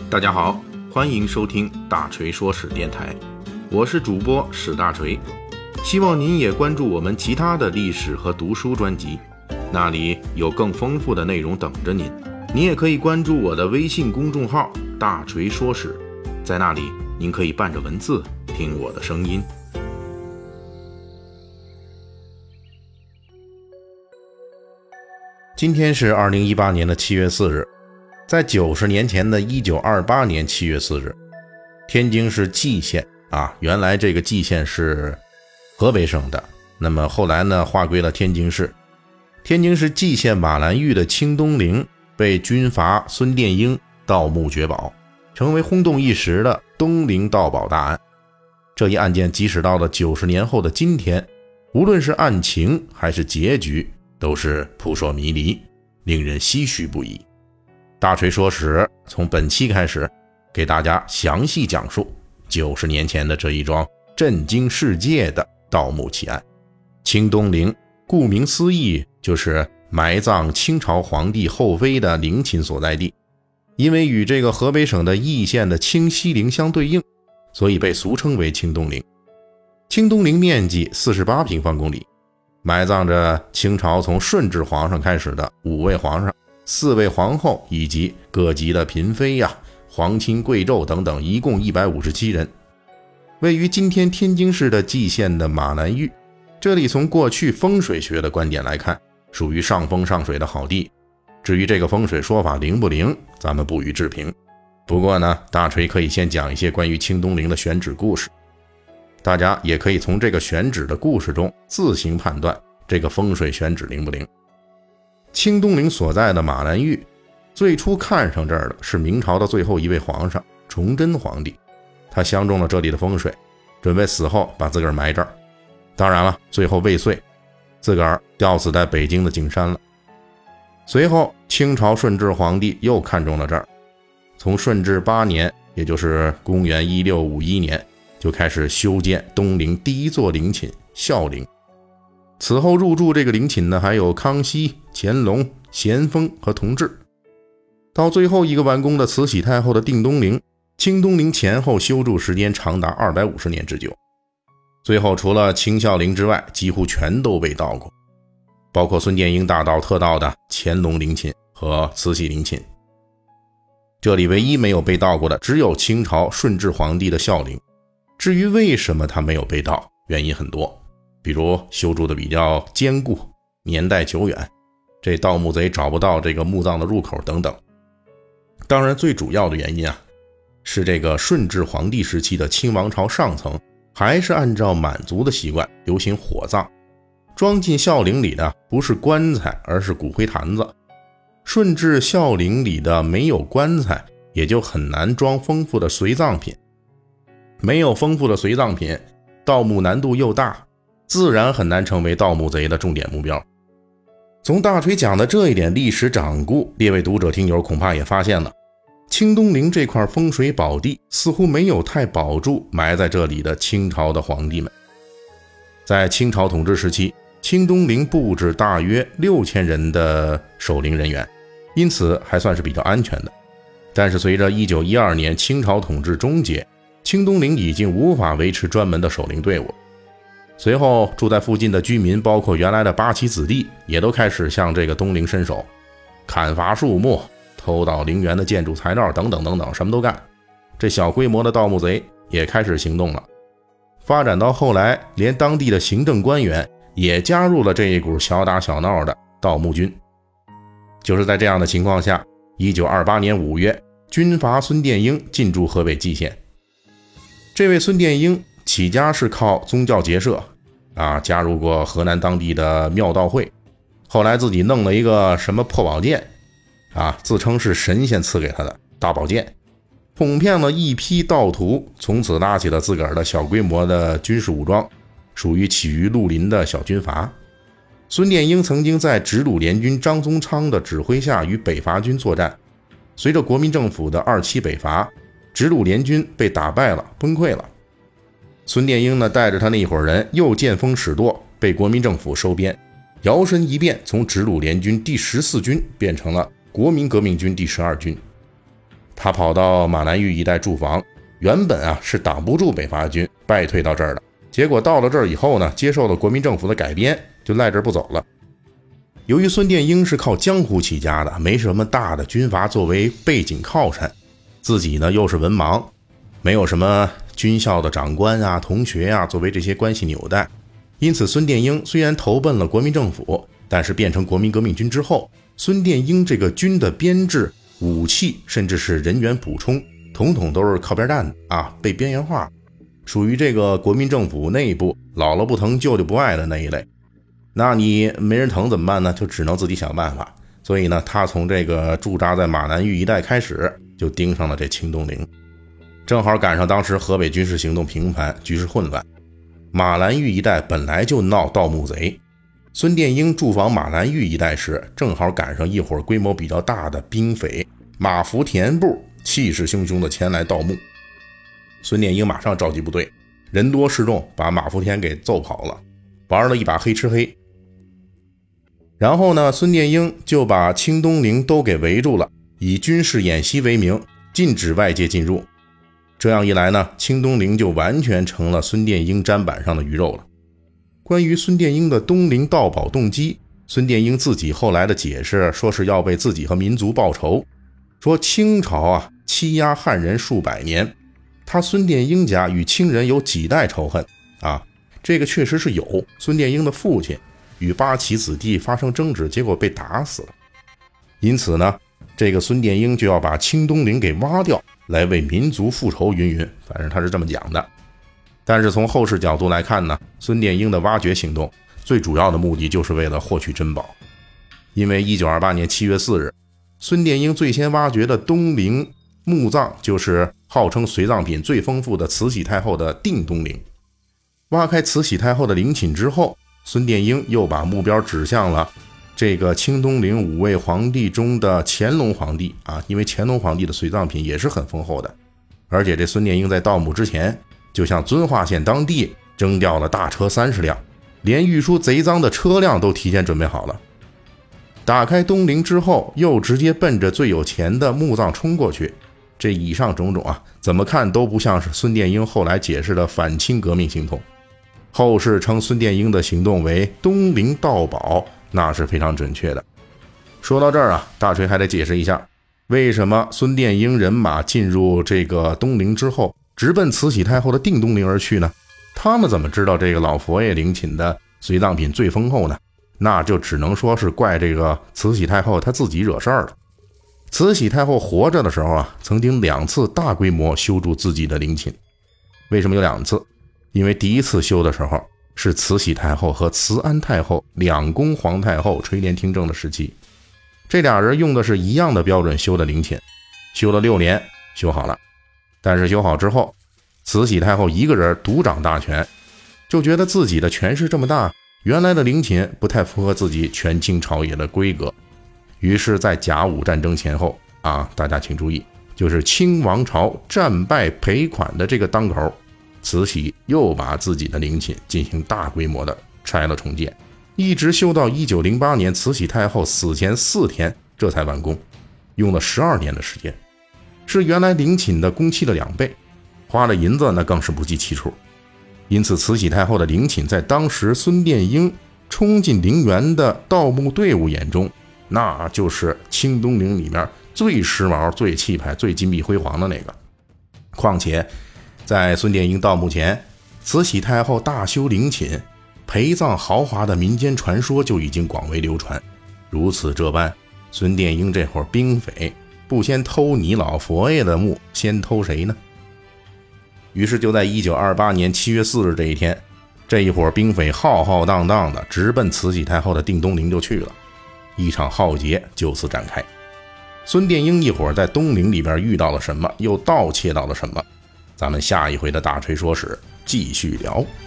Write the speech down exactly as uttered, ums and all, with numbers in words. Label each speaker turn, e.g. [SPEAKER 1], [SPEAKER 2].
[SPEAKER 1] 大家好，欢迎收听大锤说史电台，我是主播史大锤，希望您也关注我们其他的历史和读书专辑，那里有更丰富的内容等着您。您也可以关注我的微信公众号大锤说史，在那里您可以伴着文字听我的声音。今天是二零一八年的七月四日，在九十年前的一九二八年七月四日，天津市蓟县啊，原来这个蓟县是河北省的，那么后来呢划归了天津市。天津市蓟县马兰峪的清东陵被军阀孙殿英盗墓掘宝，成为轰动一时的东陵盗宝大案。这一案件即使到了九十年后的今天，无论是案情还是结局，都是扑朔迷离，令人唏嘘不已。大锤说史从本期开始给大家详细讲述九十年前的这一桩震惊世界的盗墓奇案。清东陵顾名思义就是埋葬清朝皇帝后妃的陵寝所在地，因为与这个河北省的易县的清西陵相对应，所以被俗称为清东陵。清东陵面积四十八平方公里，埋葬着清朝从顺治皇上开始的五位皇上、四位皇后以及各级的嫔妃呀、皇亲贵胄等等，一共一百五十七人。位于今天天津市的蓟县的马兰峪，这里从过去风水学的观点来看，属于上风上水的好地。至于这个风水说法灵不灵，咱们不予置评。不过呢，大锤可以先讲一些关于清东陵的选址故事，大家也可以从这个选址的故事中自行判断这个风水选址灵不灵。清东陵所在的马兰峪，最初看上这儿的是明朝的最后一位皇上崇祯皇帝，他相中了这里的风水，准备死后把自个儿埋这儿。当然了，最后未遂，自个儿吊死在北京的景山了。随后清朝顺治皇帝又看中了这儿，从顺治八年，也就是公元一六五一年，就开始修建东陵第一座陵寝孝陵。此后入住这个陵寝呢，还有康熙、乾隆、咸丰和同治。到最后一个完工的慈禧太后的定东陵，清东陵前后修筑时间长达二百五十年之久。最后除了清孝陵之外，几乎全都被盗过，包括孙殿英大盗特盗的乾隆陵寝和慈禧陵寝。这里唯一没有被盗过的只有清朝顺治皇帝的孝陵。至于为什么它没有被盗，原因很多，比如修筑的比较坚固，年代久远，这盗墓贼找不到这个墓葬的入口等等。当然最主要的原因啊，是这个顺治皇帝时期的清王朝上层还是按照满族的习惯流行火葬，装进孝陵里的不是棺材，而是骨灰坛子。顺治孝陵里的没有棺材，也就很难装丰富的随葬品。没有丰富的随葬品，盗墓难度又大，自然很难成为盗墓贼的重点目标。从大锤讲的这一点历史掌故，列位读者听友恐怕也发现了，清东陵这块风水宝地似乎没有太保住埋在这里的清朝的皇帝们。在清朝统治时期，清东陵布置大约六千人的守陵人员，因此还算是比较安全的。但是随着一九一二年清朝统治终结，清东陵已经无法维持专门的守陵队伍。随后住在附近的居民，包括原来的八旗子弟，也都开始向这个东陵伸手，砍伐树木，偷盗陵园的建筑材料等等等等，什么都干。这小规模的盗墓贼也开始行动了，发展到后来，连当地的行政官员也加入了这一股小打小闹的盗墓军。就是在这样的情况下，一九二八年五月，军阀孙殿英进驻河北蓟县。这位孙殿英起家是靠宗教结社啊，加入过河南当地的庙道会，后来自己弄了一个什么破宝剑啊，自称是神仙赐给他的大宝剑，哄骗了一批盗徒，从此拉起了自个儿的小规模的军事武装，属于起于绿林的小军阀。孙殿英曾经在直鲁联军张宗昌的指挥下与北伐军作战，随着国民政府的二期北伐，直鲁联军被打败了，崩溃了。孙殿英呢，带着他那一伙人又见风使舵，被国民政府收编，摇身一变，从直鲁联军第十四军变成了国民革命军第十二军。 他跑到马兰峪一带驻防，原本啊是挡不住北伐军，败退到这儿的。结果到了这儿以后呢，接受了国民政府的改编，就赖这儿不走了。由于孙殿英是靠江湖起家的，没什么大的军阀作为背景靠山，自己呢又是文盲，没有什么军校的长官啊、同学啊作为这些关系纽带，因此孙殿英虽然投奔了国民政府，但是变成国民革命军之后，孙殿英这个军的编制、武器甚至是人员补充，统统都是靠边站的啊，被边缘化，属于这个国民政府内部姥姥不疼舅舅不爱的那一类。那你没人疼怎么办呢？就只能自己想办法。所以呢，他从这个驻扎在马兰峪一带开始，就盯上了这清东陵。正好赶上当时河北军事行动频繁，局势混乱，马兰峪一带本来就闹盗墓贼。孙殿英驻防马兰峪一带时，正好赶上一伙规模比较大的兵匪马福田部气势汹汹的前来盗墓。孙殿英马上召集部队，人多势众，把马福田给揍跑了，玩了一把黑吃黑。然后呢，孙殿英就把清东陵都给围住了，以军事演习为名，禁止外界进入。这样一来呢，清东陵就完全成了孙殿英砧板上的鱼肉了。关于孙殿英的东陵盗宝动机，孙殿英自己后来的解释说是要为自己和民族报仇，说清朝啊欺压汉人数百年，他孙殿英家与清人有几代仇恨啊，这个确实是有。孙殿英的父亲与八旗子弟发生争执，结果被打死了。因此呢，这个孙殿英就要把清东陵给挖掉，来为民族复仇云云，反正他是这么讲的。但是从后世角度来看呢，孙殿英的挖掘行动最主要的目的就是为了获取珍宝。因为一九二八年七月四日，孙殿英最先挖掘的东陵墓葬就是号称随葬品最丰富的慈禧太后的定东陵。挖开慈禧太后的陵寝之后，孙殿英又把目标指向了这个清东陵五位皇帝中的乾隆皇帝啊，因为乾隆皇帝的随葬品也是很丰厚的。而且这孙殿英在盗墓之前，就向遵化县当地征调了大车三十辆，连运输贼赃的车辆都提前准备好了。打开东陵之后，又直接奔着最有钱的墓葬冲过去。这以上种种啊，怎么看都不像是孙殿英后来解释的反清革命行动。后世称孙殿英的行动为东陵盗宝，那是非常准确的。说到这儿啊，大锤还得解释一下，为什么孙殿英人马进入这个东陵之后，直奔慈禧太后的定东陵而去呢？他们怎么知道这个老佛爷陵寝的随葬品最丰厚呢？那就只能说是怪这个慈禧太后她自己惹事儿了。慈禧太后活着的时候啊，曾经两次大规模修筑自己的陵寝。为什么有两次？因为第一次修的时候是慈禧太后和慈安太后两宫皇太后垂帘听政的时期，这俩人用的是一样的标准修的陵寝，修了六年修好了。但是修好之后，慈禧太后一个人独掌大权，就觉得自己的权势这么大，原来的陵寝不太符合自己权倾朝野的规格。于是在甲午战争前后啊，大家请注意，就是清王朝战败赔款的这个当口，慈禧又把自己的陵寝进行大规模的拆了重建，一直修到一九零八年慈禧太后死前四天这才完工，用了十二年的时间，是原来陵寝的工期的两倍，花了银子那更是不计其数。因此慈禧太后的陵寝在当时孙殿英冲进陵园的盗墓队伍眼中，那就是清东陵里面最时髦、最气派、最金碧辉煌的那个。况且在孙殿英盗墓前，慈禧太后大修陵寝，陪葬豪华的民间传说就已经广为流传。如此这般，孙殿英这伙兵匪不先偷你老佛爷的墓，先偷谁呢？于是就在一九二八年七月四日这一天，这一伙兵匪浩浩荡荡的直奔慈禧太后的定东陵就去了，一场浩劫就此展开。孙殿英一伙在东陵里边遇到了什么，又盗窃到了什么，咱们下一回的大锤说史继续聊。